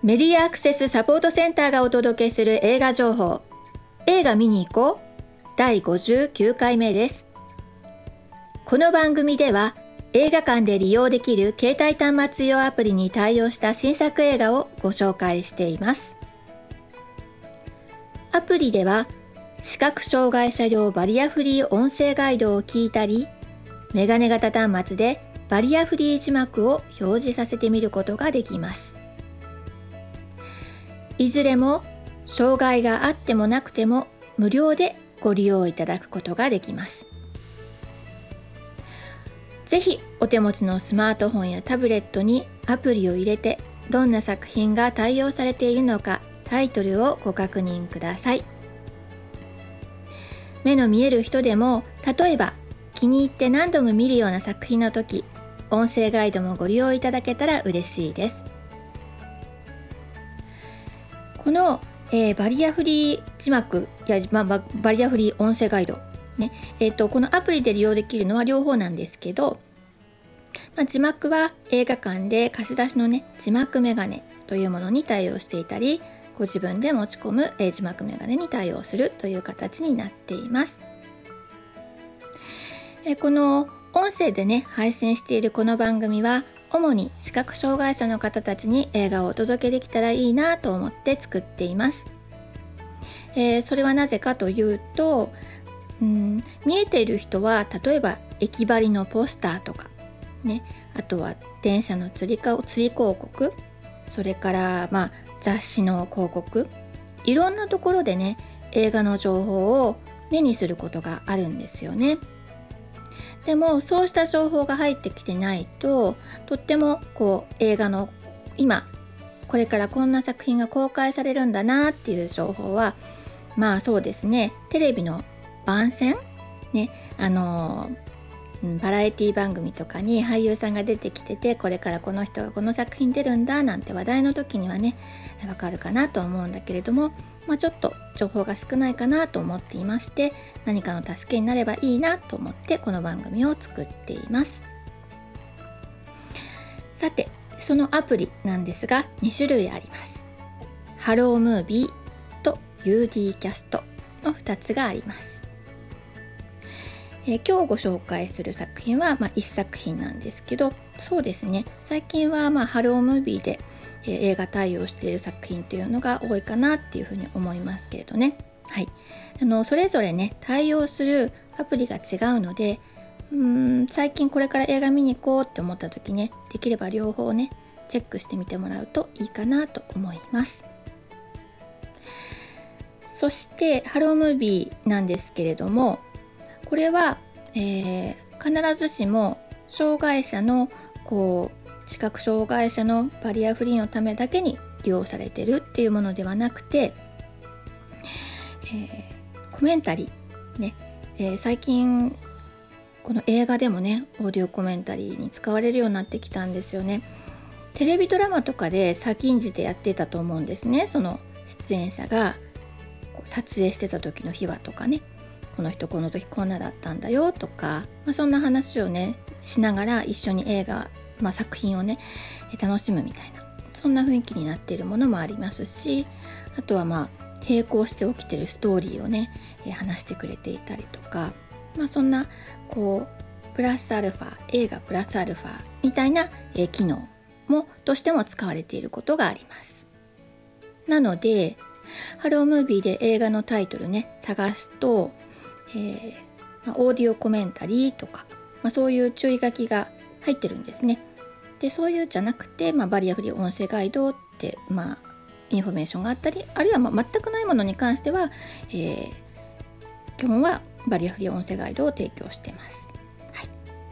メディアアクセスサポートセンターがお届けする映画情報、映画見に行こう第59回目です。この番組では映画館で利用できる携帯端末用アプリに対応した新作映画をご紹介しています。アプリでは視覚障害者用バリアフリー音声ガイドを聞いたり、メガネ型端末でバリアフリー字幕を表示させてみることができます。いずれも障害があってもなくても無料でご利用いただくことができます。ぜひお手持ちのスマートフォンやタブレットにアプリを入れて、どんな作品が対応されているのかタイトルをご確認ください。目の見える人でも、例えば気に入って何度も見るような作品の時、音声ガイドもご利用いただけたら嬉しいです。この、バリアフリー字幕や、バリアフリー音声ガイド、ねこのアプリで利用できるのは両方なんですけど、字幕は映画館で貸し出しの字幕メガネというものに対応していたり、ご自分で持ち込む、字幕メガネに対応するという形になっています。この音声で配信しているこの番組は、主に視覚障害者の方たちに映画をお届けできたらいいなと思って作っています。それはなぜかというと、見えている人は例えば駅張りのポスターとか、あとは電車の釣り広告、それから雑誌の広告、いろんなところで映画の情報を目にすることがあるんですよね。でもそうした情報が入ってきてないと、とっても映画の今これからこんな作品が公開されるんだなっていう情報は、そうですね、テレビの番宣バラエティ番組とかに俳優さんが出てきてて、これからこの人がこの作品出るんだなんて話題の時にはわかるかなと思うんだけれども、ちょっと情報が少ないかなと思っていまして、何かの助けになればいいなと思ってこの番組を作っています。さて、そのアプリなんですが2種類あります。ハロームービーと UD キャストの2つがあります。今日ご紹介する作品は1作品なんですけど、そうですね、最近はハロームービーで映画対応している作品というのが多いかなっていうふうに思いますけれどね。はい、それぞれ対応するアプリが違うので、最近これから映画見に行こうって思った時できれば両方チェックしてみてもらうといいかなと思います。そしてハロームービーなんですけれども、これは、必ずしも障害者の視覚障害者のバリアフリーのためだけに利用されているっていうものではなくて、コメンタリー最近この映画でもオーディオコメンタリーに使われるようになってきたんですよね。テレビドラマとかで先んじてやってたと思うんですね。その出演者が撮影してた時の秘話とかこの人この時こんなだったんだよとか、そんな話をしながら一緒に映画、作品を楽しむみたいな、そんな雰囲気になっているものもありますし、あとは並行して起きているストーリーを話してくれていたりとか、そんなプラスアルファ、映画プラスアルファみたいな機能としても使われていることがあります。なのでハロームービーで映画のタイトル探すと、オーディオコメンタリーとか、そういう注意書きが入ってるんですね。で、そういうじゃなくて、バリアフリー音声ガイドってインフォメーションがあったり、あるいは全くないものに関しては、基本はバリアフリー音声ガイドを提供しています。はい、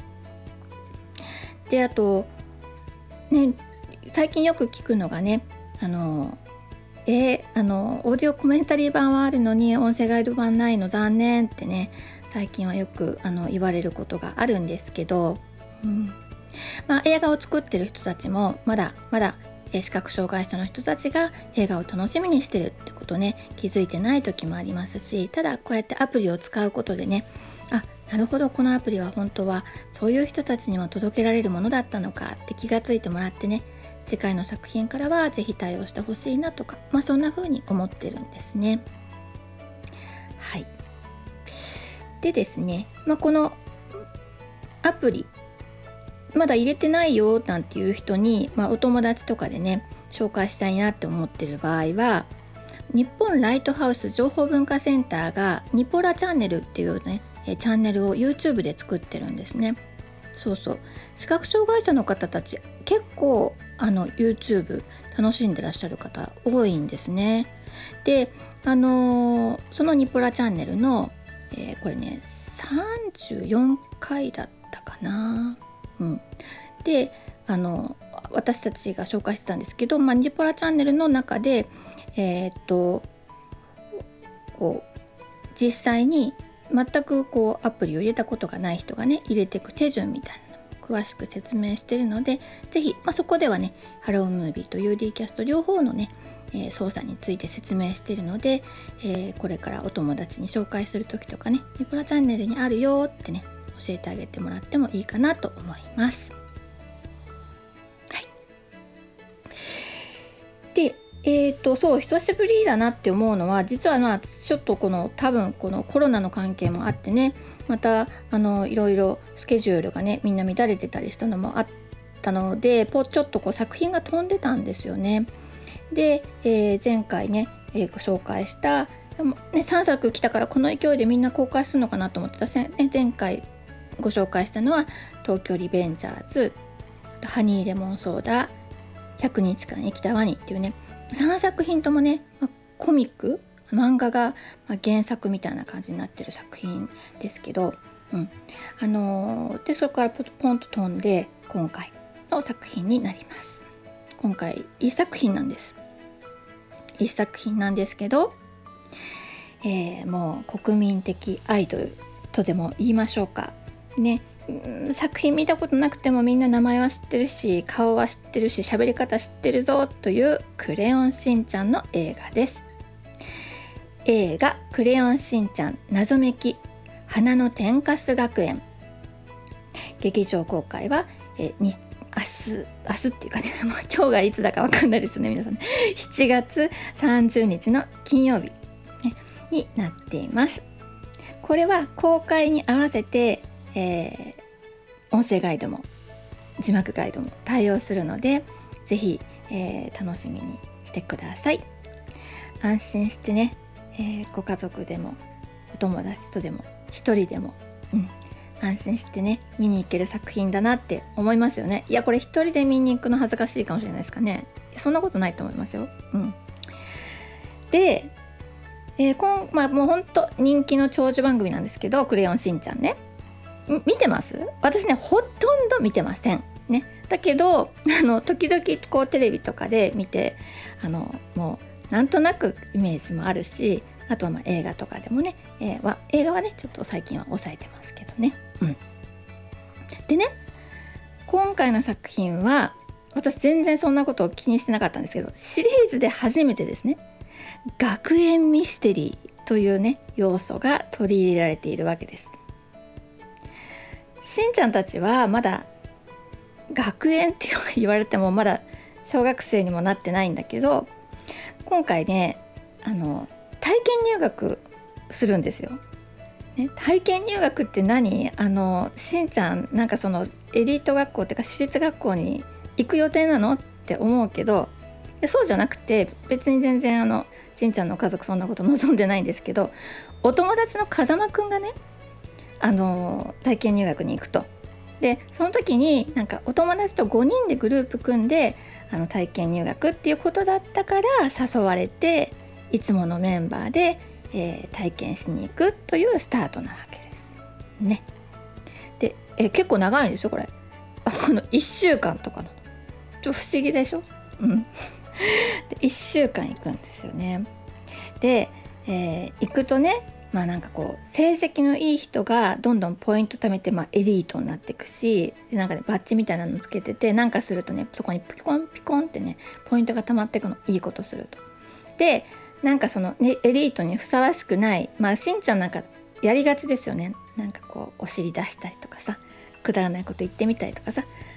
で、あと最近よく聞くのがオーディオコメンタリー版はあるのに音声ガイド版ないの残念って最近はよく言われることがあるんですけど、映画を作ってる人たちもまだ視覚障害者の人たちが映画を楽しみにしてるってこと気づいてない時もありますし、ただこうやってアプリを使うことでなるほど、このアプリは本当はそういう人たちにも届けられるものだったのかって気がついてもらって次回の作品からはぜひ対応してほしいなとか、そんな風に思ってるんですね。はい。でですね、このアプリまだ入れてないよなんていう人に、お友達とかでね紹介したいなって思ってる場合は、日本ライトハウス情報文化センターがニポラチャンネルっていうねチャンネルを YouTube で作ってるんですね。そうそう、視覚障害者の方たち結構YouTube 楽しんでらっしゃる方多いんですね。で、そのニポラチャンネルの、これね34回だったかな。で私たちが紹介してたんですけど、ニポラチャンネルの中でこう実際に全くアプリを入れたことがない人がね入れていく手順みたいなのを詳しく説明しているので、ぜひ、そこではねハロームービーと UD キャスト両方のね、操作について説明しているので、これからお友達に紹介する時とかねニポラチャンネルにあるよってね教えてあげてもらってもいいかなと思います。はい。でそう久しぶりだなって思うのは、実はちょっと多分このコロナの関係もあってね、またいろいろスケジュールがねみんな乱れてたりしたのもあったので、ちょっと作品が飛んでたんですよね。で、前回ね、ご紹介した3作来たからこの勢いでみんな公開するのかなと思ってた前回ご紹介したのは東京リベンジャーズ、ハニーレモンソーダ、100日間生きたワニっていうね3作品ともね、コミック漫画が原作みたいな感じになってる作品ですけど、でそこからポンと飛んで今回の作品になります。今回1作品なんです。1作品なんですけど、もう国民的アイドルとでも言いましょうかね。作品見たことなくてもみんな名前は知ってるし顔は知ってるし喋り方知ってるぞというクレヨンしんちゃんの映画です。映画クレヨンしんちゃん謎めき花の天かす学園、劇場公開は明日っていうかね今日がいつだか分かんないですよね皆さんね。7月30日の金曜日、になっています。これは公開に合わせて音声ガイドも字幕ガイドも対応するので、ぜひ、楽しみにしてください。安心してね、ご家族でもお友達とでも一人でも、安心してね見に行ける作品だなって思いますよね。いやこれ一人で見に行くの恥ずかしいかもしれないですかね。そんなことないと思いますよ。で、もうほんと人気の長寿番組なんですけど、クレヨンしんちゃんね見てます？私ねほとんど見てませんね。だけど時々テレビとかで見てもうなんとなくイメージもあるし、あとは映画とかでもね、映画はねちょっと最近は抑えてますけどね。でね、今回の作品は私全然そんなことを気にしてなかったんですけど、シリーズで初めてですね学園ミステリーというね要素が取り入れられているわけです。しんちゃんたちはまだ学園って言われてもまだ小学生にもなってないんだけど、今回ね体験入学するんですよ、体験入学って何？しんちゃんなんかそのエリート学校っていうか私立学校に行く予定なのって思うけど、そうじゃなくて別に全然しんちゃんの家族そんなこと望んでないんですけど、お友達の風間くんがね体験入学に行くと。でその時になんかお友達と5人でグループ組んで体験入学っていうことだったから誘われて、いつものメンバーで、体験しに行くというスタートなわけですね。で、結構長いんですよこれ。1週間とかのちょっと不思議でしょ。で1週間行くんですよね。で、行くとねなんか成績のいい人がどんどんポイント貯めて、エリートになっていくし、なんかねバッジみたいなのつけてて、なんかするとねそこにピコンピコンってねポイントが貯まっていくの、いいことすると。でなんかその、エリートにふさわしくない、しんちゃんなんかやりがちですよね。なんかお尻出したりとかさ、くだらないこと言ってみたりとかさ、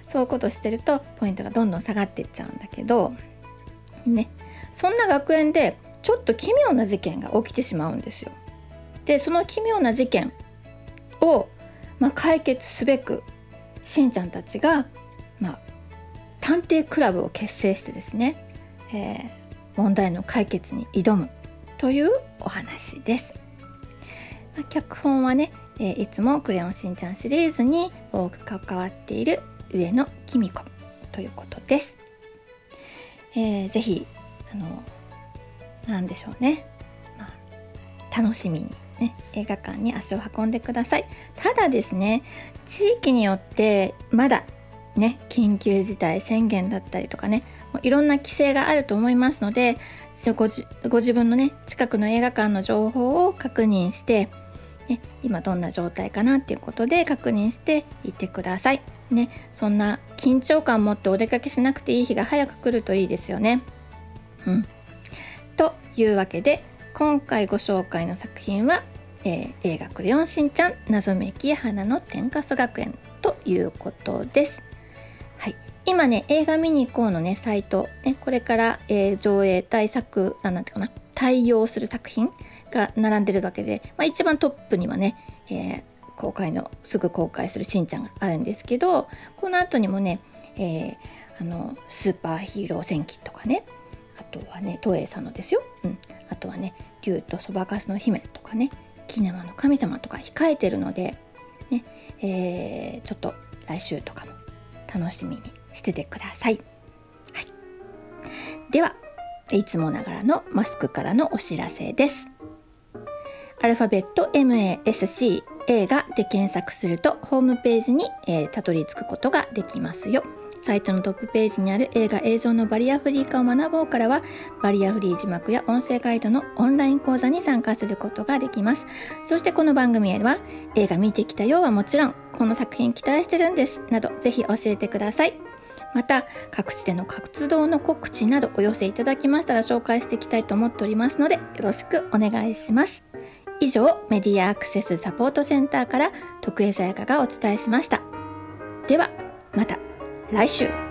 そういうことしてるとポイントがどんどん下がっていっちゃうんだけどね、そんな学園でちょっと奇妙な事件が起きてしまうんですよ。でその奇妙な事件を、解決すべくしんちゃんたちが、探偵クラブを結成してですね、問題の解決に挑むというお話です。脚本はね、いつもクレヨンしんちゃんシリーズに多く関わっている上野紀美子ということです。ぜひなんでしょうね、楽しみにね、映画館に足を運んでください。ただですね、地域によってまだね、緊急事態宣言だったりとかね、もういろんな規制があると思いますので、ご自分のね、近くの映画館の情報を確認して、ね、今どんな状態かなっていうことで確認して行ってください。ね、そんな緊張感持ってお出かけしなくていい日が早く来るといいですよね。というわけで、今回ご紹介の作品は、映画クレヨンしんちゃん謎めき花の天かす学園ということです。はい、今ね、映画見に行こうのねサイト、ね、これから、上映対策対応する作品が並んでるわけで、一番トップにはね、すぐ公開するしんちゃんがあるんですけど、この後にもね、スーパーヒーロー戦記とかね、あとはね東映さんのですよ、あとはね竜とそばかすの姫とかね、キネマの神様とか控えてるので、ね、ちょっと来週とかも楽しみにしててください。はい、ではいつもながらのマスクからのお知らせです。アルファベット MASC 映画で検索するとホームページに、たどり着くことができますよ。サイトのトップページにある映画映像のバリアフリー化を学ぼうからは、バリアフリー字幕や音声ガイドのオンライン講座に参加することができます。そしてこの番組へは、映画見てきたよはもちろん、この作品期待してるんですなど、ぜひ教えてください。また各地での活動の告知などお寄せいただきましたら紹介していきたいと思っておりますので、よろしくお願いします。以上、メディアアクセスサポートセンターから徳江さやかがお伝えしました。ではまた来週。